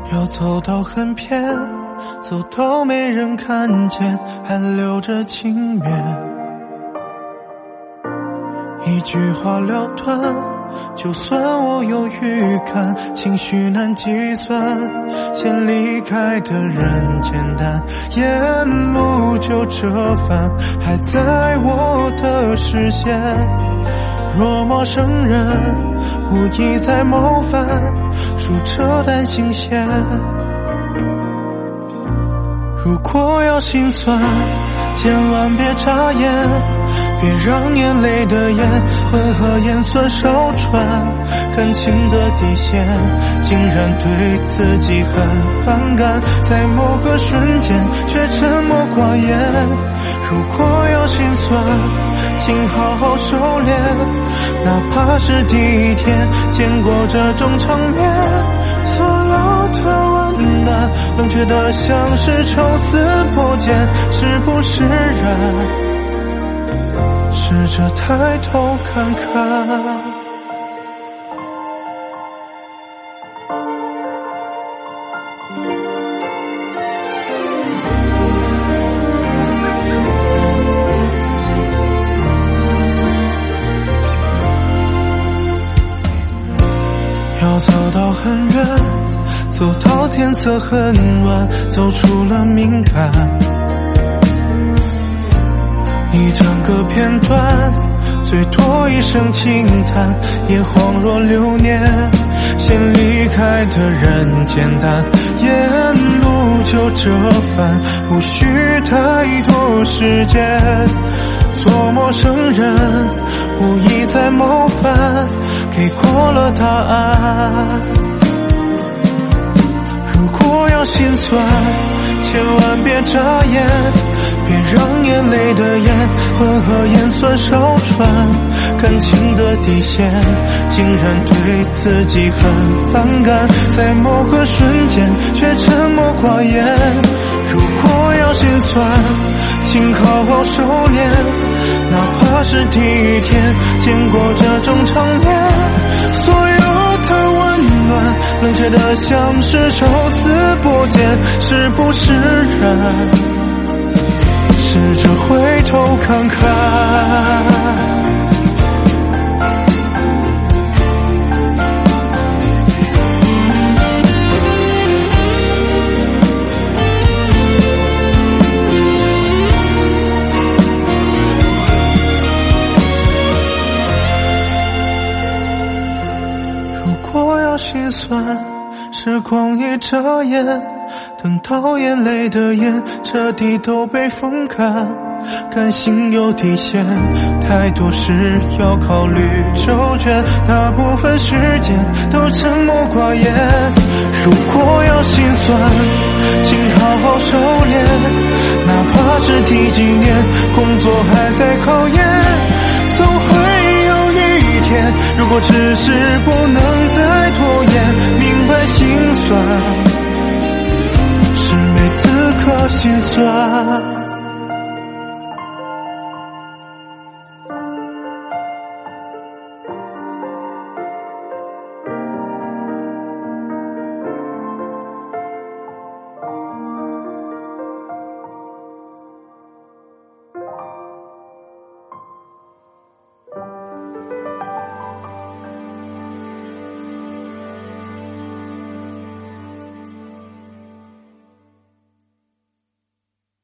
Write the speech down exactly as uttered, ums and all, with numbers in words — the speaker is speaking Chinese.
要走到很偏，走到没人看见，还留着情面。一句话了断，就算我有预感，情绪难计算，先离开的人简单，沿路就这番，还在我的视线。若陌生人无意在冒犯，数着担心线。如果要心酸，千万别眨眼，别让眼泪的盐混合盐酸烧穿感情的底线，竟然对自己很反感，在某个瞬间却沉默寡言。如果要心酸，请好好收敛，哪怕是第一天见过这种场面，所有的温暖冷却得像是抽丝剥茧，是不是然？试着抬头看看，要走到很远，走到天色很晚，走出了敏感。一整个片段，最多一声轻叹，也恍若流年。先离开的人简单，沿路就这番，无需太多时间。做陌生人无意在冒犯，给过了答案。如果要心酸，千万别眨眼，别让眼泪的盐混合盐酸烧穿感情的底线，竟然对自己很反感，在某个瞬间却沉默寡言。如果要心酸，请好好收敛，哪怕是第一天见过这种场面，所有的温暖冷却得像是抽丝剥茧，是不是然？试着回头看看，如果要心酸，时光一眨眼，等到眼泪的眼彻底都被风干，感性有底线，太多事要考虑周全，大部分时间都沉默寡言。如果要心酸，请好好收敛，哪怕是第几年工作还在考验，总会有一天，如果只是不能再拖延，明白心酸是每此刻心酸。